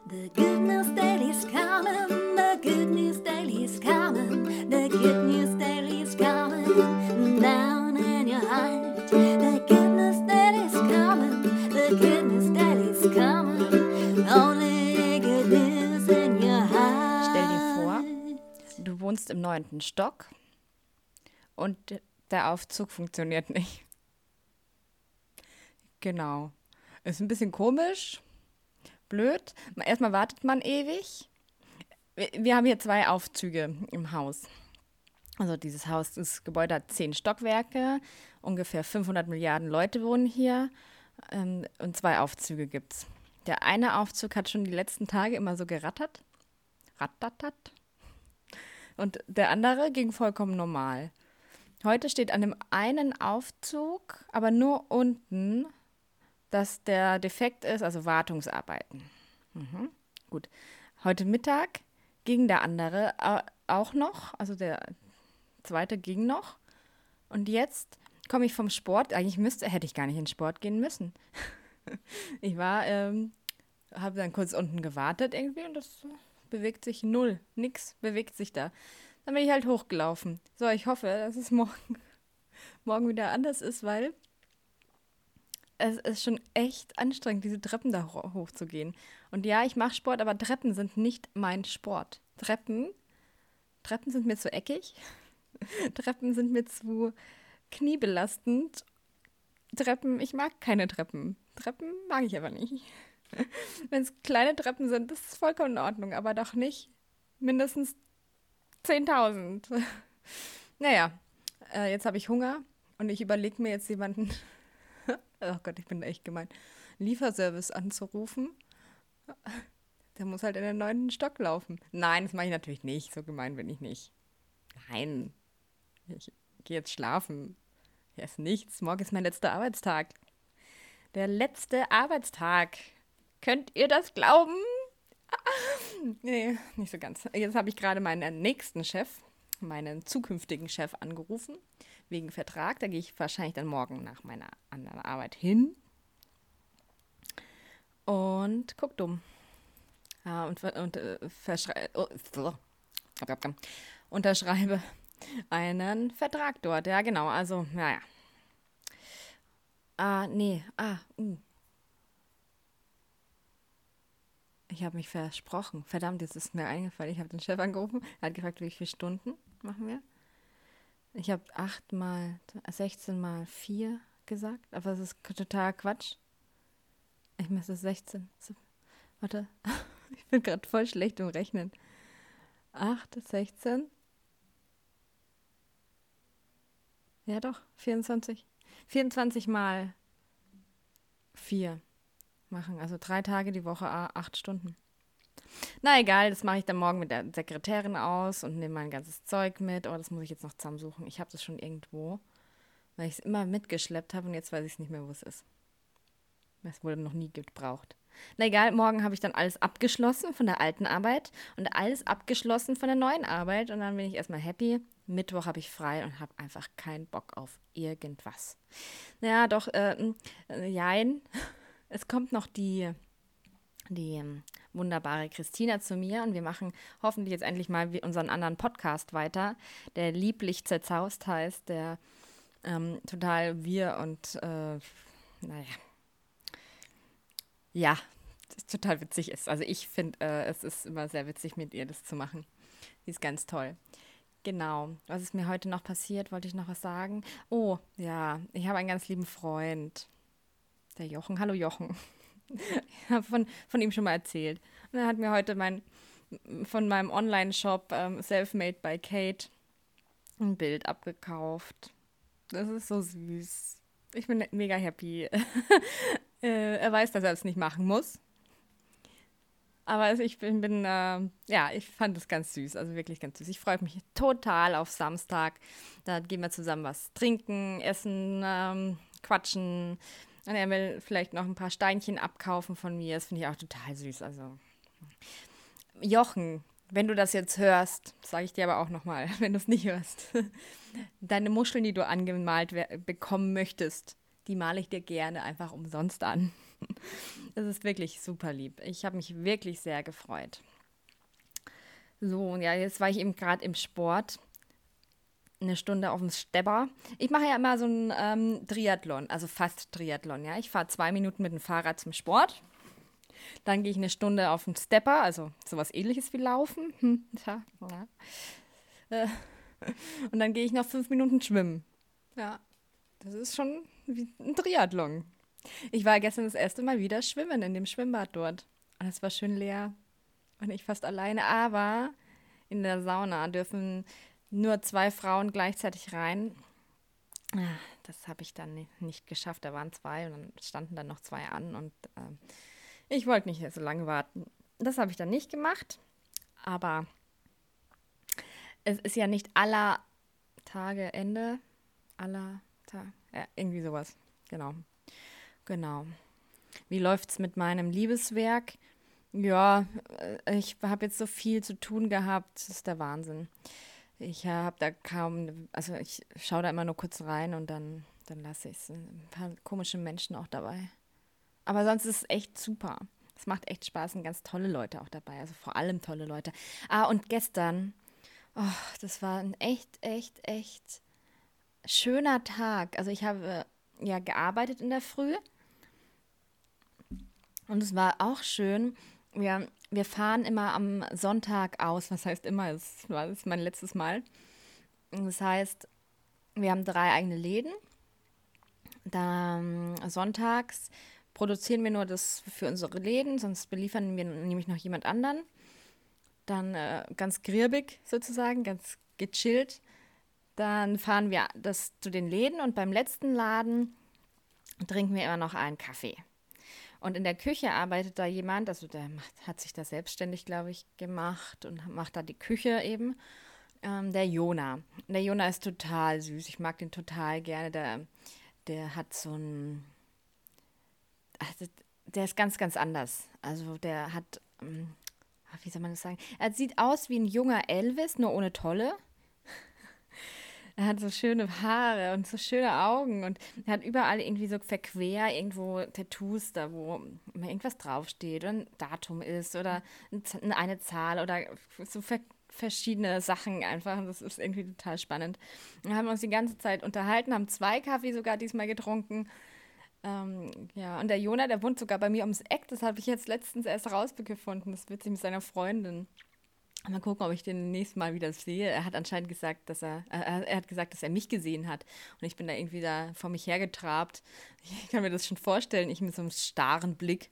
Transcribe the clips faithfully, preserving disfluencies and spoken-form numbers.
The good news daily is coming, the good news daily is coming, the good news daily is coming down in your heart. The good news daily is coming, the good news daily is coming, only good news in your heart. Stell dir vor, du wohnst im neunten Stock und der Aufzug funktioniert nicht. Genau. Ist ein bisschen komisch, blöd. Erstmal wartet man ewig. Wir haben hier zwei Aufzüge im Haus. Also dieses Haus, das Gebäude hat zehn Stockwerke, ungefähr fünfhundert Milliarden Leute wohnen hier ähm, und zwei Aufzüge gibt's. Der eine Aufzug hat schon die letzten Tage immer so gerattert. Rattatat. Und der andere ging vollkommen normal. Heute steht an dem einen Aufzug, aber nur unten, dass der defekt ist, also Wartungsarbeiten. Mhm. Gut. Heute Mittag ging der andere auch noch, also der zweite ging noch. Und jetzt komme ich vom Sport, eigentlich müsste, hätte ich gar nicht in den Sport gehen müssen. Ich war, ähm, habe dann kurz unten gewartet irgendwie und das bewegt sich null, nix bewegt sich da. Dann bin ich halt hochgelaufen. So, ich hoffe, dass es morgen, morgen wieder anders ist, weil es ist schon echt anstrengend, diese Treppen da ho- hochzugehen. Und ja, ich mache Sport, aber Treppen sind nicht mein Sport. Treppen, Treppen sind mir zu eckig. Treppen sind mir zu kniebelastend. Treppen, ich mag keine Treppen. Treppen mag ich aber nicht. Wenn es kleine Treppen sind, das ist vollkommen in Ordnung, aber doch nicht mindestens zehntausend. Naja, äh, jetzt habe ich Hunger und ich überlege mir jetzt jemanden, oh Gott, ich bin echt gemein, Lieferservice anzurufen. Der muss halt in den neunten Stock laufen. Nein, das mache ich natürlich nicht. So gemein bin ich nicht. Nein, ich gehe jetzt schlafen. Hier ist nichts. Morgen ist mein letzter Arbeitstag. Der letzte Arbeitstag. Könnt ihr das glauben? Nee, nicht so ganz. Jetzt habe ich gerade meinen nächsten Chef, meinen zukünftigen Chef angerufen, wegen Vertrag. Da gehe ich wahrscheinlich dann morgen nach meiner anderen Arbeit hin. Und guck dumm. Ja, und und äh, verschrei- oh, unterschreibe einen Vertrag dort. Ja, genau. Also, naja. Ah, nee. Ah, uh. Ich habe mich versprochen. Verdammt, jetzt ist mir eingefallen. Ich habe den Chef angerufen. Er hat gefragt, wie viele Stunden machen wir. Ich habe acht mal, sechzehn mal vier gesagt. Aber das ist total Quatsch. Ich müsste sechzehn. Warte. Ich bin gerade voll schlecht im Rechnen. acht, sechzehn. Ja doch, vierundzwanzig. vierundzwanzig mal vier machen. Also drei Tage die Woche, acht Stunden. Na egal, das mache ich dann morgen mit der Sekretärin aus und nehme mein ganzes Zeug mit. Oh, das muss ich jetzt noch zusammensuchen. Ich habe das schon irgendwo, weil ich es immer mitgeschleppt habe und jetzt weiß ich es nicht mehr, wo es ist. Es wurde noch nie gebraucht. Na egal, morgen habe ich dann alles abgeschlossen von der alten Arbeit und alles abgeschlossen von der neuen Arbeit und dann bin ich erstmal happy. Mittwoch habe ich frei und habe einfach keinen Bock auf irgendwas. Naja, doch, äh, äh, jein. Es kommt noch die, die ähm, wunderbare Christina zu mir und wir machen hoffentlich jetzt endlich mal wie unseren anderen Podcast weiter, der lieblich zerzaust heißt, der ähm, total wir und, äh, naja, ja, das total witzig ist. Also ich finde, äh, es ist immer sehr witzig, mit ihr das zu machen. Die ist ganz toll. Genau. Was ist mir heute noch passiert? Wollte ich noch was sagen? Oh, ja, ich habe einen ganz lieben Freund. Der Jochen. Hallo Jochen. Ich habe von, von ihm schon mal erzählt. Und er hat mir heute mein, von meinem Online-Shop ähm, Selfmade by Kate ein Bild abgekauft. Das ist so süß. Ich bin mega happy. äh, er weiß, dass er es nicht machen muss. Aber ich bin, bin äh, ja, ich fand es ganz süß, also wirklich ganz süß. Ich freue mich total auf Samstag. Da gehen wir zusammen was trinken, essen, ähm, quatschen. Und er will vielleicht noch ein paar Steinchen abkaufen von mir. Das finde ich auch total süß. Also Jochen, wenn du das jetzt hörst, sage ich dir aber auch nochmal, wenn du es nicht hörst, deine Muscheln, die du angemalt we- bekommen möchtest, die male ich dir gerne einfach umsonst an. Das ist wirklich super lieb. Ich habe mich wirklich sehr gefreut. So, und ja, jetzt war ich eben gerade im Sport. Eine Stunde auf dem Stepper. Ich mache ja immer so einen ähm, Triathlon, also fast Triathlon, ja. Ich fahre zwei Minuten mit dem Fahrrad zum Sport. Dann gehe ich eine Stunde auf den Stepper, also sowas ähnliches wie Laufen. Hm, tja, ja. Äh, und dann gehe ich noch fünf Minuten schwimmen. Ja, das ist schon wie ein Triathlon. Ich war gestern das erste Mal wieder schwimmen in dem Schwimmbad dort. Und es war schön leer und ich fast alleine. Aber in der Sauna dürfen nur zwei Frauen gleichzeitig rein. Ah, das habe ich dann ni- nicht geschafft. Da waren zwei und dann standen dann noch zwei an. Und ähm, ich wollte nicht so lange warten. Das habe ich dann nicht gemacht. Aber es ist ja nicht aller Tage Ende. Aller Tage. Ja, irgendwie sowas. Genau. Genau. Wie läuft's mit meinem Liebeswerk? Ja, äh, ich habe jetzt so viel zu tun gehabt. Das ist der Wahnsinn. Ich habe da kaum, also ich schaue da immer nur kurz rein und dann, dann lasse ich es. Ein paar komische Menschen auch dabei. Aber sonst ist es echt super. Es macht echt Spaß und ganz tolle Leute auch dabei. Also vor allem tolle Leute. Ah, und gestern, oh, das war ein echt, echt, echt schöner Tag. Also ich habe äh, ja gearbeitet in der Früh. Und es war auch schön. Wir, wir fahren immer am Sonntag aus. Was heißt immer? Es war das ist mein letztes Mal. Und das heißt, wir haben drei eigene Läden. Da ähm, sonntags produzieren wir nur das für unsere Läden, sonst beliefern wir nämlich noch jemand anderen. Dann äh, ganz grirbig sozusagen, ganz gechillt. Dann fahren wir das zu den Läden und beim letzten Laden trinken wir immer noch einen Kaffee. Und in der Küche arbeitet da jemand, also der macht, hat sich da selbstständig, glaube ich, gemacht und macht da die Küche eben, ähm, der Jona. Und der Jona ist total süß, ich mag den total gerne. Der, der hat so ein, also der ist ganz, ganz anders. Also der hat, ähm, wie soll man das sagen? Er sieht aus wie ein junger Elvis, nur ohne Tolle. Er hat so schöne Haare und so schöne Augen und er hat überall irgendwie so verquer irgendwo Tattoos da, wo immer irgendwas draufsteht oder ein Datum ist oder ein Z- eine Zahl oder so ver verschiedene Sachen einfach. Und das ist irgendwie total spannend. Wir haben uns die ganze Zeit unterhalten, haben zwei Kaffee sogar diesmal getrunken. Ähm, ja, und der Jona, der wohnt sogar bei mir ums Eck. Das habe ich jetzt letztens erst rausgefunden. Das wird sich mit seiner Freundin. Mal gucken, ob ich den nächsten Mal wieder sehe. Er hat anscheinend gesagt, dass er, äh, er hat gesagt, dass er mich gesehen hat. Und ich bin da irgendwie da vor mich hergetrabt. Ich kann mir das schon vorstellen, ich mit so einem starren Blick,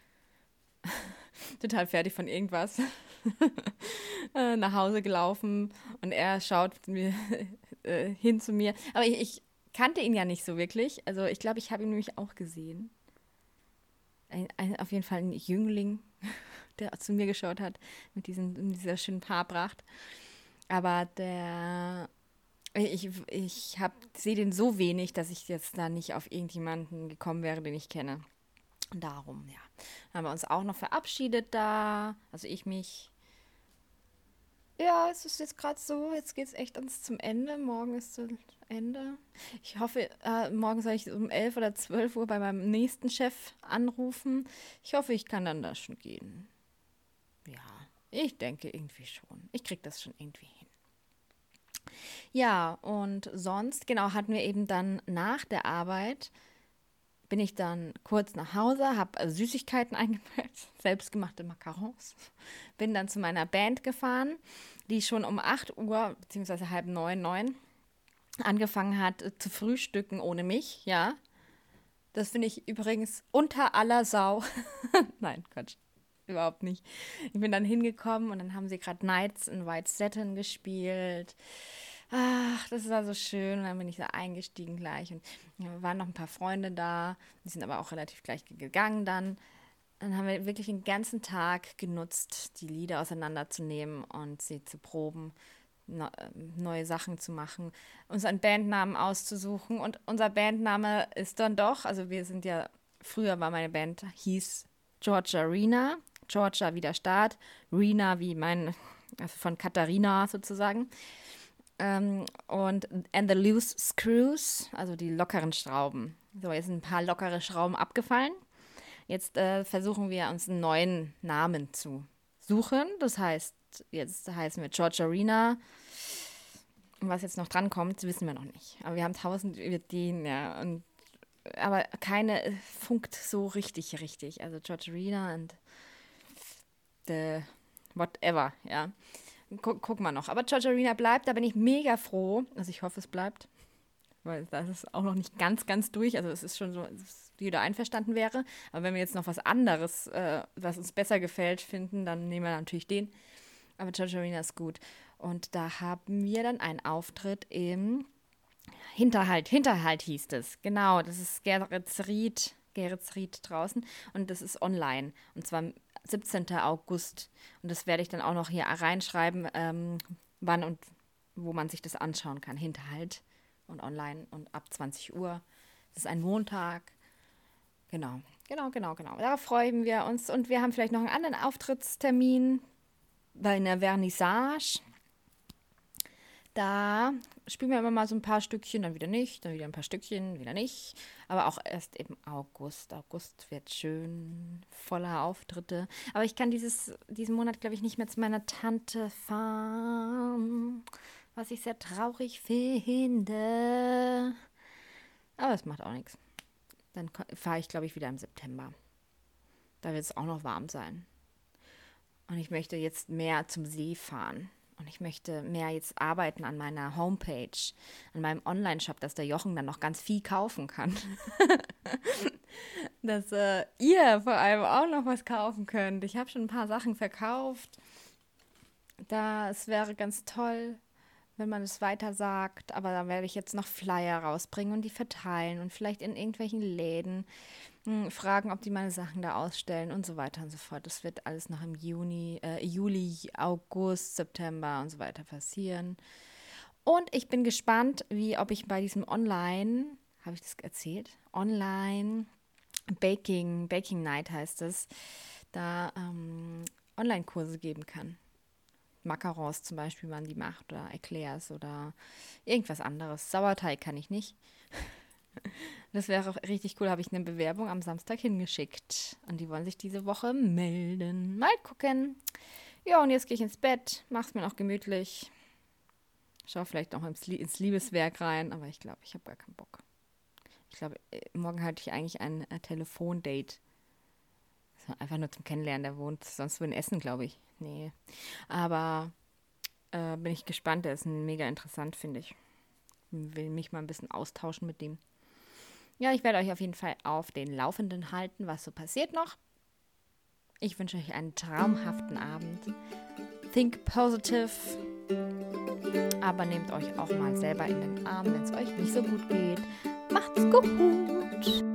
total fertig von irgendwas, äh, nach Hause gelaufen und er schaut mir, äh, hin zu mir. Aber ich, ich kannte ihn ja nicht so wirklich. Also ich glaube, ich habe ihn nämlich auch gesehen. Ein, ein, auf jeden Fall ein Jüngling, der zu mir geschaut hat mit diesen, mit dieser schönen Paarpracht. Aber der, ich, ich hab, sehe den so wenig, dass ich jetzt da nicht auf irgendjemanden gekommen wäre, den ich kenne. Und darum, ja. Dann haben wir uns auch noch verabschiedet da. Also ich mich. Ja, es ist jetzt gerade so. Jetzt geht es echt ans zum Ende. Morgen ist das Ende. Ich hoffe, äh, morgen soll ich um elf oder zwölf Uhr bei meinem nächsten Chef anrufen. Ich hoffe, ich kann dann da schon gehen. Ja, ich denke irgendwie schon. Ich krieg das schon irgendwie hin. Ja, und sonst, genau, hatten wir eben dann nach der Arbeit, bin ich dann kurz nach Hause, habe Süßigkeiten eingepackt, selbstgemachte Macarons, bin dann zu meiner Band gefahren, die schon um acht Uhr, beziehungsweise halb neun, neun, angefangen hat äh, zu frühstücken ohne mich, ja. Das finde ich übrigens unter aller Sau. Nein, Quatsch. Überhaupt nicht. Ich bin dann hingekommen und dann haben sie gerade Nights in White Satin gespielt. Ach, das war so schön. Und dann bin ich da eingestiegen gleich. Und ja, waren noch ein paar Freunde da. Die sind aber auch relativ gleich gegangen dann. Dann haben wir wirklich den ganzen Tag genutzt, die Lieder auseinanderzunehmen und sie zu proben, ne- neue Sachen zu machen, uns einen Bandnamen auszusuchen. Und unser Bandname ist dann doch, also wir sind ja, früher war meine Band, hieß Georgia Rena. Georgia wie der Staat, Rena wie mein, also von Katharina sozusagen. Ähm, und and the loose screws, also die lockeren Schrauben. So, jetzt sind ein paar lockere Schrauben abgefallen. Jetzt äh, versuchen wir uns einen neuen Namen zu suchen. Das heißt, jetzt heißen wir Georgarina. Und was jetzt noch dran kommt, wissen wir noch nicht. Aber wir haben tausend Ideen, ja. Und, aber keine äh, funkt so richtig, richtig. Also Georgarina und the whatever, ja. Guck, guck mal noch. Aber Georgarina bleibt, da bin ich mega froh. Also ich hoffe, es bleibt. Weil das ist auch noch nicht ganz, ganz durch. Also es ist schon so, dass jeder einverstanden wäre. Aber wenn wir jetzt noch was anderes, äh, was uns besser gefällt, finden, dann nehmen wir natürlich den. Aber Georgarina ist gut. Und da haben wir dann einen Auftritt im Hinterhalt. Hinterhalt hieß es. Genau, das ist Geretsried, Geretsried draußen. Und das ist online. Und zwar am siebzehnten August. Und das werde ich dann auch noch hier reinschreiben, ähm, wann und wo man sich das anschauen kann. Hinterhalt und online und ab zwanzig Uhr. Das ist ein Montag. Genau, genau, genau, genau. Darauf freuen wir uns. Und wir haben vielleicht noch einen anderen Auftrittstermin bei einer Vernissage. Da spielen wir immer mal so ein paar Stückchen, dann wieder nicht, dann wieder ein paar Stückchen, wieder nicht. Aber auch erst im August. August wird schön voller Auftritte. Aber ich kann dieses, diesen Monat, glaube ich, nicht mehr zu meiner Tante fahren, was ich sehr traurig finde. Aber es macht auch nichts. Dann fahre ich, glaube ich, wieder im September. Da wird es auch noch warm sein. Und ich möchte jetzt mehr zum See fahren. Und ich möchte mehr jetzt arbeiten an meiner Homepage, an meinem Online-Shop, dass der Jochen dann noch ganz viel kaufen kann. Dass äh, ihr vor allem auch noch was kaufen könnt. Ich habe schon ein paar Sachen verkauft. Da, es wäre ganz toll, wenn man es weiter sagt. Aber da werde ich jetzt noch Flyer rausbringen und die verteilen und vielleicht in irgendwelchen Läden mh, fragen, ob die meine Sachen da ausstellen und so weiter und so fort. Das wird alles noch im Juni, äh, Juli, August, September und so weiter passieren. Und ich bin gespannt, wie ob ich bei diesem Online, habe ich das erzählt? Online Baking, Baking Night heißt es, da ähm, Online-Kurse geben kann. Macarons zum Beispiel, wie man die macht, oder Eclairs oder irgendwas anderes. Sauerteig kann ich nicht. Das wäre auch richtig cool. Habe ich eine Bewerbung am Samstag hingeschickt. Und die wollen sich diese Woche melden. Mal gucken. Ja, und jetzt gehe ich ins Bett. Mach's mir noch gemütlich. Schau vielleicht noch ins, ins Liebeswerk rein. Aber ich glaube, ich habe gar keinen Bock. Ich glaube, morgen hatte ich eigentlich ein äh, Telefondate. Also einfach nur zum Kennenlernen. Der wohnt sonst wo in Essen, glaube ich. Nee. Aber äh, bin ich gespannt. Der ist mega interessant, finde ich. Will mich mal ein bisschen austauschen mit dem. Ja, ich werde euch auf jeden Fall auf den Laufenden halten, was so passiert noch. Ich wünsche euch einen traumhaften Abend. Think positive. Aber nehmt euch auch mal selber in den Arm, wenn es euch nicht so gut geht. Macht's gut.